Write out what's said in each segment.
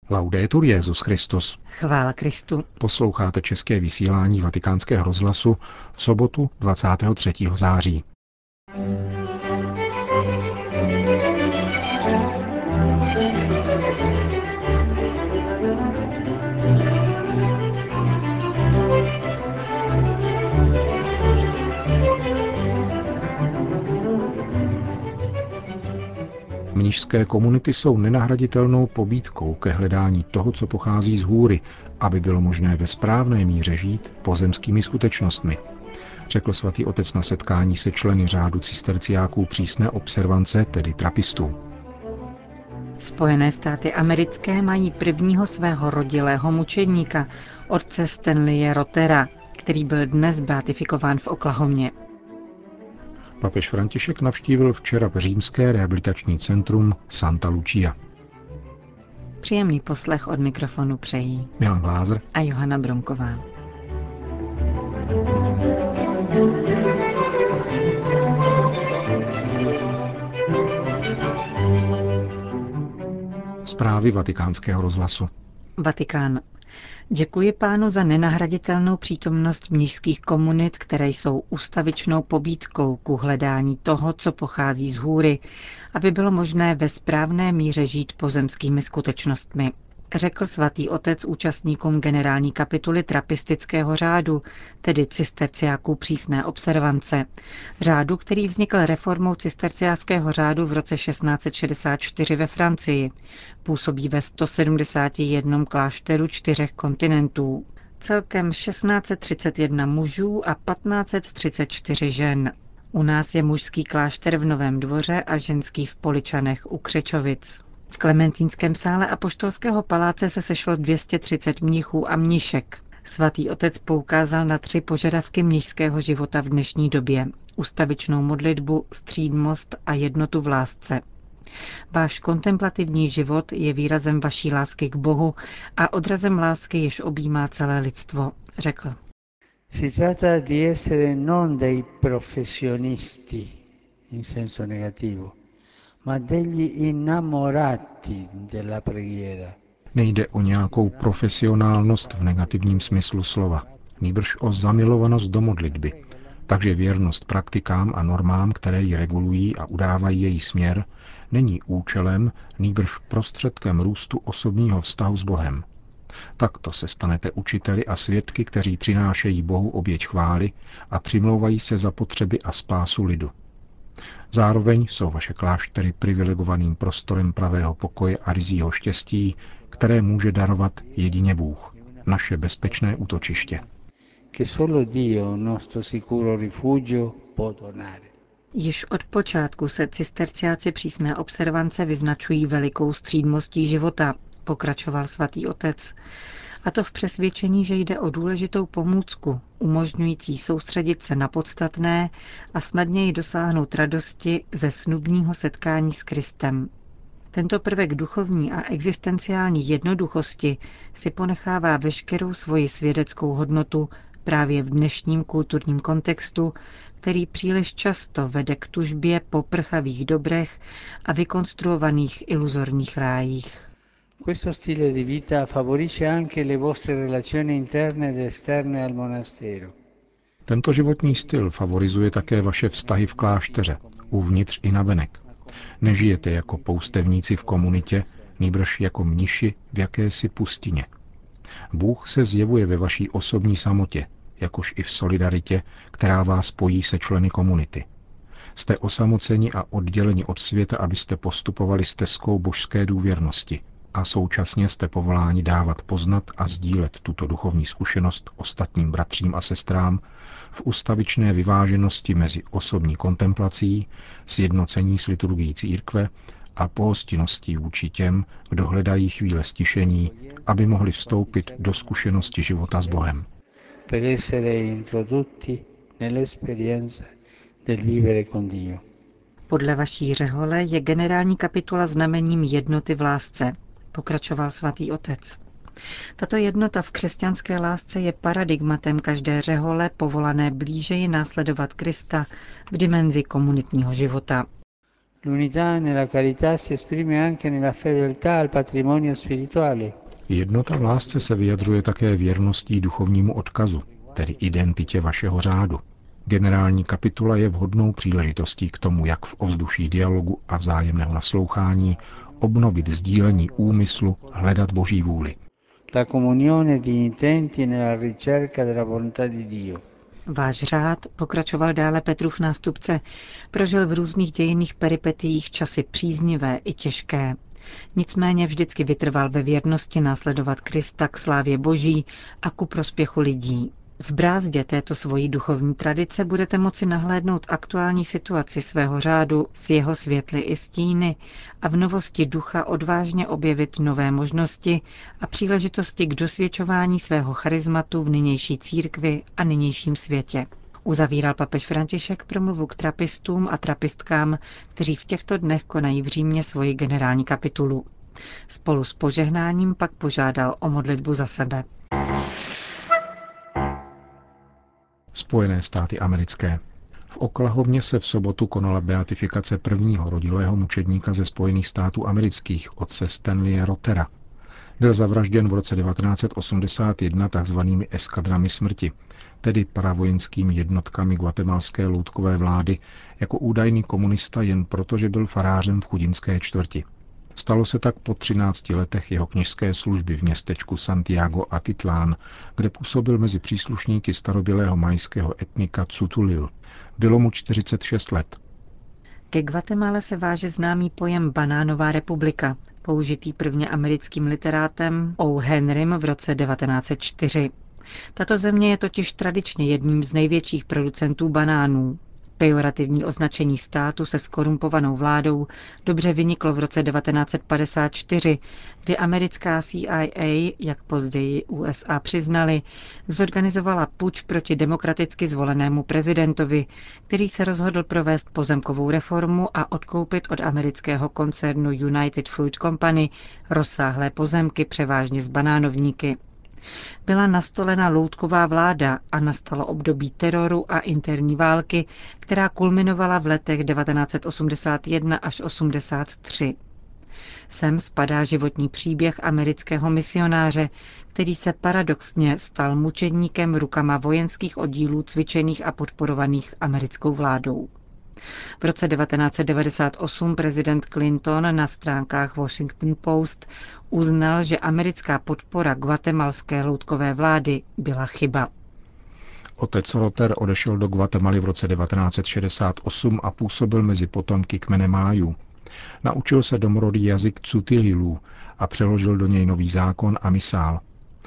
Laudetur Jesus Christus. Chvála Kristu. Posloucháte české vysílání Vatikánského rozhlasu v sobotu 23. září. Mnišské komunity jsou nenahraditelnou pobídkou ke hledání toho, co pochází z hůry, aby bylo možné ve správné míře žít pozemskými skutečnostmi, řekl svatý otec na setkání se členy řádu cisterciáků přísné observance, tedy trapistů. Spojené státy americké mají prvního svého rodilého mučedníka, otce Stanleye Rotera, který byl dnes beatifikován v Oklahomě. Papež František navštívil včera římské rehabilitační centrum Santa Lucia. Příjemný poslech od mikrofonu přejí Milan Glázer a Johana Bronková. Zprávy Vatikánského rozhlasu. Vatikán. Děkuji Pánu za nenahraditelnou přítomnost mnišských komunit, které jsou ustavičnou pobídkou ku hledání toho, co pochází z hůry, aby bylo možné ve správné míře žít pozemskými skutečnostmi, řekl svatý otec účastníkům generální kapituly trapistického řádu, tedy cisterciáků přísné observance. Řádu, který vznikl reformou cisterciáckého řádu v roce 1664 ve Francii. Působí ve 171 klášteru 4 kontinentů. Celkem 1631 mužů a 1534 žen. U nás je mužský klášter v Novém Dvoře a ženský v Poličanech u Křečovic. V Klementínském sále Apoštolského paláce se sešlo 230 mnichů a mnišek. Svatý otec poukázal na 3 požadavky mnišského života v dnešní době. Ustavičnou modlitbu, střídmost a jednotu v lásce. Váš kontemplativní život je výrazem vaší lásky k Bohu a odrazem lásky, jež objímá celé lidstvo, řekl. Si tratta di essere non dei professionisti in senso negativo, ma degli innamorati della preghiera. Nejde o nějakou profesionálnost v negativním smyslu slova, nýbrž o zamilovanost do modlitby. Takže věrnost praktikám a normám, které ji regulují a udávají její směr, není účelem, nýbrž prostředkem růstu osobního vztahu s Bohem. Takto se stanete učiteli a svědky, kteří přinášejí Bohu oběť chvály a přimlouvají se za potřeby a spásu lidu. Zároveň jsou vaše kláštery privilegovaným prostorem pravého pokoje a ryzího štěstí, které může darovat jedině Bůh, naše bezpečné útočiště. Již od počátku se cisterciáci přísné observance vyznačují velikou střídmostí života, pokračoval svatý otec. A to v přesvědčení, že jde o důležitou pomůcku, umožňující soustředit se na podstatné a snadněji dosáhnout radosti ze snubního setkání s Kristem. Tento prvek duchovní a existenciální jednoduchosti si ponechává veškerou svoji svědeckou hodnotu právě v dnešním kulturním kontextu, který příliš často vede k tužbě po prchavých dobrech a vykonstruovaných iluzorních rájích. Questo stile di vita favorisce anche le vostre relazioni interne ed esterne al monastero. Tento životní styl favorizuje také vaše vztahy v klášteře, uvnitř i navenek. Nežijete jako poustevníci v komunitě, nýbrž jako mniši v jakési pustině. Bůh se zjevuje ve vaší osobní samotě, jakož i v solidaritě, která vás spojí se členy komunity. Jste osamoceni a odděleni od světa, abyste postupovali stezkou božské důvěrnosti a současně jste povoláni dávat poznat a sdílet tuto duchovní zkušenost ostatním bratřím a sestrám v ustavičné vyváženosti mezi osobní kontemplací, sjednocení s liturgií církve a pohostinností vůči těm, kdo hledají chvíle stišení, aby mohli vstoupit do zkušenosti života s Bohem. Per essere introdotti nell'esperienza del vivere con Dio. Podle vaší řehole je generální kapitula znamením jednoty v lásce, pokračoval svatý otec. Tato jednota v křesťanské lásce je paradigmatem každé řehole povolané blížeji následovat Krista v dimenzi komunitního života. L'unità nella carità si esprime anche nella fedeltà al patrimonio spirituale. Jednota v lásce se vyjadřuje také věrností duchovnímu odkazu, tedy identitě vašeho řádu. Generální kapitula je vhodnou příležitostí k tomu, jak v ovzduší dialogu a vzájemného naslouchání obnovit sdílení úmyslu, hledat Boží vůli. La comunione di intenti nella ricerca della volontà di Dio. Váš řád, pokračoval dále Petrův nástupce, prožil v různých dějinných peripetiích časy příznivé i těžké. Nicméně vždycky vytrval ve věrnosti následovat Krista k slávě Boží a ku prospěchu lidí. V brázdě této svojí duchovní tradice budete moci nahlédnout aktuální situaci svého řádu s jeho světly i stíny a v novosti ducha odvážně objevit nové možnosti a příležitosti k dosvědčování svého charizmatu v nynější církvi a nynějším světě. Uzavíral papež František promluvu k trapistům a trapistkám, kteří v těchto dnech konají v Římě svoji generální kapitulu. Spolu s požehnáním pak požádal o modlitbu za sebe. Spojené státy americké. V Oklahomě se v sobotu konala beatifikace prvního rodilého mučedníka ze Spojených států amerických, otce Stanleye Rotera. Byl zavražděn v roce 1981 tzv. Eskadrami smrti, tedy paravojenskými jednotkami guatemalské loutkové vlády, jako údajný komunista jen proto, že byl farářem v chudinské čtvrti. Stalo se tak po 13 letech jeho kněžské služby v městečku Santiago Atitlán, kde působil mezi příslušníky starobylého majského etnika Tsutulil. Bylo mu 46 let. Ke Guatemale se váže známý pojem Banánová republika, použitý prvně americkým literátem O. Henrym v roce 1904. Tato země je totiž tradičně jedním z největších producentů banánů. Pejorativní označení státu se skorumpovanou vládou dobře vyniklo v roce 1954, kdy americká CIA, jak později USA přiznali, zorganizovala puč proti demokraticky zvolenému prezidentovi, který se rozhodl provést pozemkovou reformu a odkoupit od amerického koncernu United Fruit Company rozsáhlé pozemky převážně z banánovníky. Byla nastolena loutková vláda a nastalo období teroru a interní války, která kulminovala v letech 1981 až 1983. Sem spadá životní příběh amerického misionáře, který se paradoxně stal mučedníkem rukama vojenských oddílů cvičených a podporovaných americkou vládou. V roce 1998 prezident Clinton na stránkách Washington Post uznal, že americká podpora guatemalské loutkové vlády byla chyba. Otec Roter odešel do Guatemaly v roce 1968 a působil mezi potomky kmene Májů. Naučil se domorodý jazyk Tsutililů a přeložil do něj nový zákon a misál.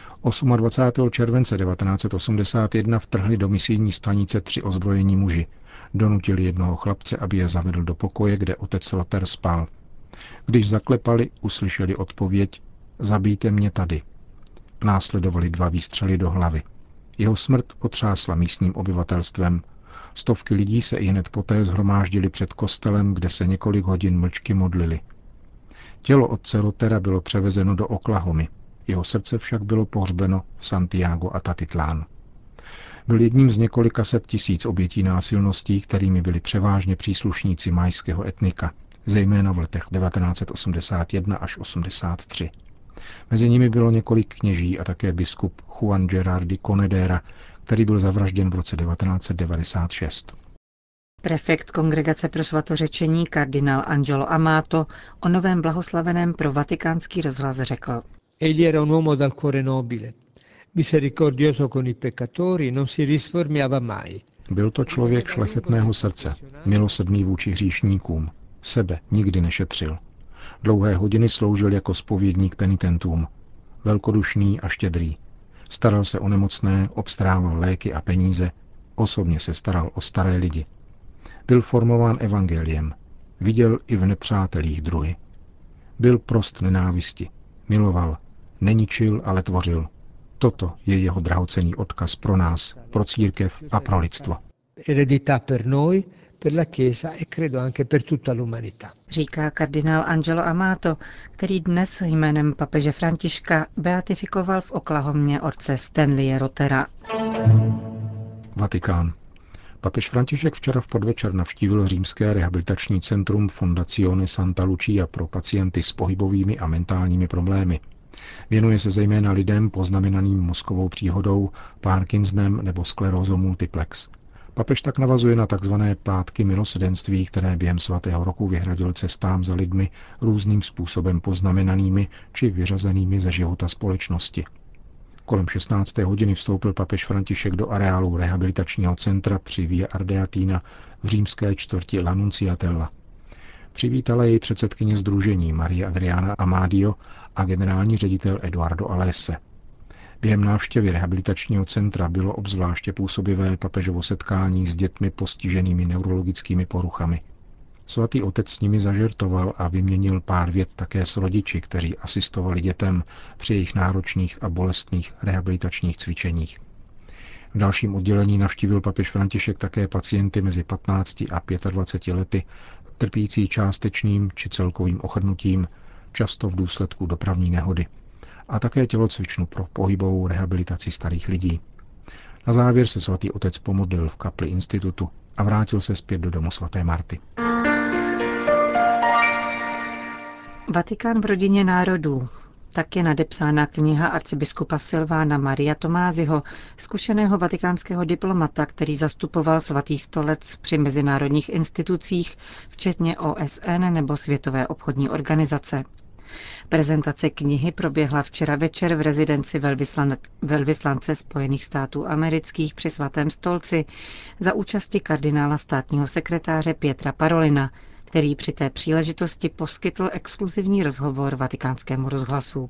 28. července 1981 vtrhli do misijní stanice 3 ozbrojení muži. Donutili jednoho chlapce, aby je zavedl do pokoje, kde otec Roter spal. Když zaklepali, uslyšeli odpověď: zabijte mě tady. Následovali 2 výstřely do hlavy. Jeho smrt otřásla místním obyvatelstvem. Stovky lidí se ihned poté shromáždili před kostelem, kde se několik hodin mlčky modlili. Tělo otce Rotera bylo převezeno do Oklahomy. Jeho srdce však bylo pohřbeno v Santiago Atatitlán. Byl jedním z několika set tisíc obětí násilností, kterými byli převážně příslušníci majského etnika, zejména v letech 1981 až 1983. Mezi nimi bylo několik kněží a také biskup Juan Gerardi Conedera, který byl zavražděn v roce 1996. Prefekt Kongregace pro svatořečení kardinál Angelo Amato o novém blahoslaveném pro Vatikánský rozhlas řekl: Egli era un uomo dal cuore nobile, misericordioso con i peccatori, non si risparmiava mai. Byl to člověk šlechetného srdce, milosrdný vůči hříšníkům, sebe nikdy nešetřil. Dlouhé hodiny sloužil jako zpovědník penitentům, velkodušný a štědrý. Staral se o nemocné, obstrával léky a peníze, osobně se staral o staré lidi. Byl formován evangeliem, viděl i v nepřátelích druhy. Byl prost nenávisti, miloval, neničil, ale tvořil. Toto je jeho drahocenný odkaz pro nás, pro církev a pro lidstvo. Říká kardinál Angelo Amato, který dnes jménem papeže Františka beatifikoval v Oklahomě otce Stanleye Rotera. Vatikán. Papež František včera v podvečer navštívil římské rehabilitační centrum Fondazione Santa Lucia pro pacienty s pohybovými a mentálními problémy. Věnuje se zejména lidem poznamenaným mozkovou příhodou, Parkinsonem nebo sklerózou multiplex. Papež tak navazuje na tzv. Pátky milosedenství, které během svatého roku vyhradil cestám za lidmi různým způsobem poznamenanými či vyřazenými ze života společnosti. Kolem 16. hodiny vstoupil papež František do areálu rehabilitačního centra při Via Ardeatina v římské čtvrti L'Annunziatella. Přivítala jej předsedkyně sdružení Maria Adriana Amadio a generální ředitel Eduardo Alese. Během návštěvy rehabilitačního centra bylo obzvláště působivé papežovo setkání s dětmi postiženými neurologickými poruchami. Svatý otec s nimi zažertoval a vyměnil pár vět také s rodiči, kteří asistovali dětem při jejich náročných a bolestných rehabilitačních cvičeních. V dalším oddělení navštívil papež František také pacienty mezi 15 a 25 lety, trpící částečným či celkovým ochrnutím, často v důsledku dopravní nehody, a také tělocvičnu pro pohybovou rehabilitaci starých lidí. Na závěr se svatý otec pomodlil v kapli institutu a vrátil se zpět do domu svaté Marty. Vatikán v rodině národů. Tak je nadepsána kniha arcibiskupa Silvána Maria Tomáziho, zkušeného vatikánského diplomata, který zastupoval Svatý stolec při mezinárodních institucích, včetně OSN nebo Světové obchodní organizace. Prezentace knihy proběhla včera večer v rezidenci velvyslance Spojených států amerických při Svatém stolci za účasti kardinála státního sekretáře Pietra Parolina, který při té příležitosti poskytl exkluzivní rozhovor Vatikánskému rozhlasu.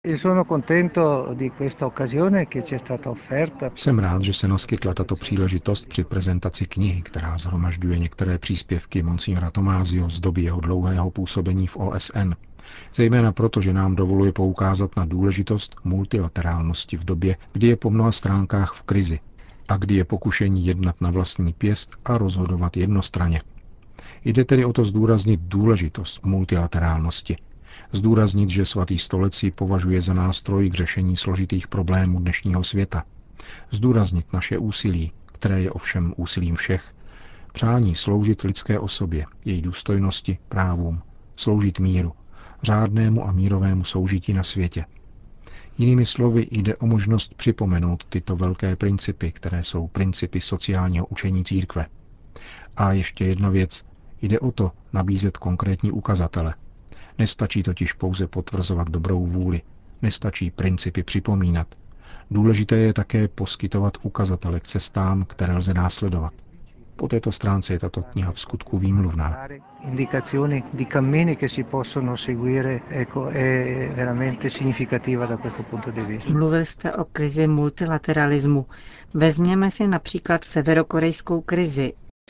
Jsem rád, že se naskytla tato příležitost při prezentaci knihy, která shromažďuje některé příspěvky monsignora Tomásio z doby jeho dlouhého působení v OSN. Zejména proto, že nám dovoluje poukázat na důležitost multilaterálnosti v době, kdy je po mnoha stránkách v krizi a kdy je pokušení jednat na vlastní pěst a rozhodovat jednostranně. Jde tedy o to zdůraznit důležitost multilaterálnosti. Zdůraznit, že Svatý stolec ji považuje za nástroj k řešení složitých problémů dnešního světa. Zdůraznit naše úsilí, které je ovšem úsilím všech, přání sloužit lidské osobě, její důstojnosti, právům, sloužit míru, řádnému a mírovému soužití na světě. Jinými slovy jde o možnost připomenout tyto velké principy, které jsou principy sociálního učení církve. A ještě jedna věc, jde o to nabízet konkrétní ukazatele. Nestačí totiž pouze potvrzovat dobrou vůli, nestačí principy připomínat. Důležité je také poskytovat ukazatele k cestám, které lze následovat. Po této stránce je tato kniha v skutku výmluvná. Mluvil jste o krizi multilateralismu. Vezměme si například severokorejskou krizi.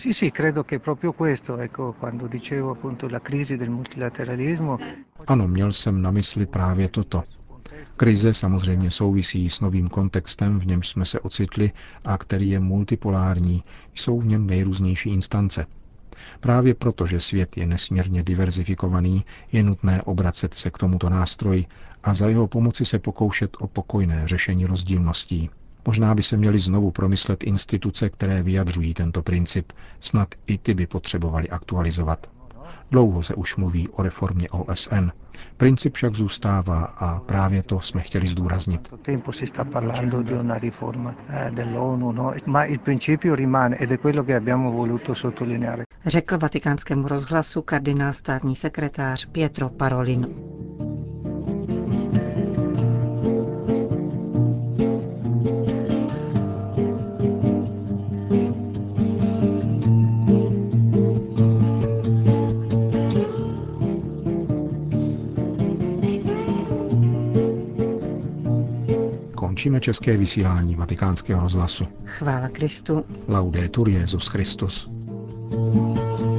Ano, měl jsem na mysli právě toto. Krize samozřejmě souvisí s novým kontextem, v němž jsme se ocitli a který je multipolární, jsou v něm nejrůznější instance. Právě proto, že svět je nesmírně diverzifikovaný, je nutné obracet se k tomuto nástroji a za jeho pomoci se pokoušet o pokojné řešení rozdílností. Možná by se měly znovu promyslet instituce, které vyjadřují tento princip, snad i ty by potřebovali aktualizovat. Dlouho se už mluví o reformě OSN. Princip však zůstává a právě to jsme chtěli zdůraznit. Řekl Vatikánskému rozhlasu kardinál státní sekretář Pietro Parolin. Končíme české vysílání Vatikánského rozhlasu. Chvála Kristu. Laudetur Jesus Christus.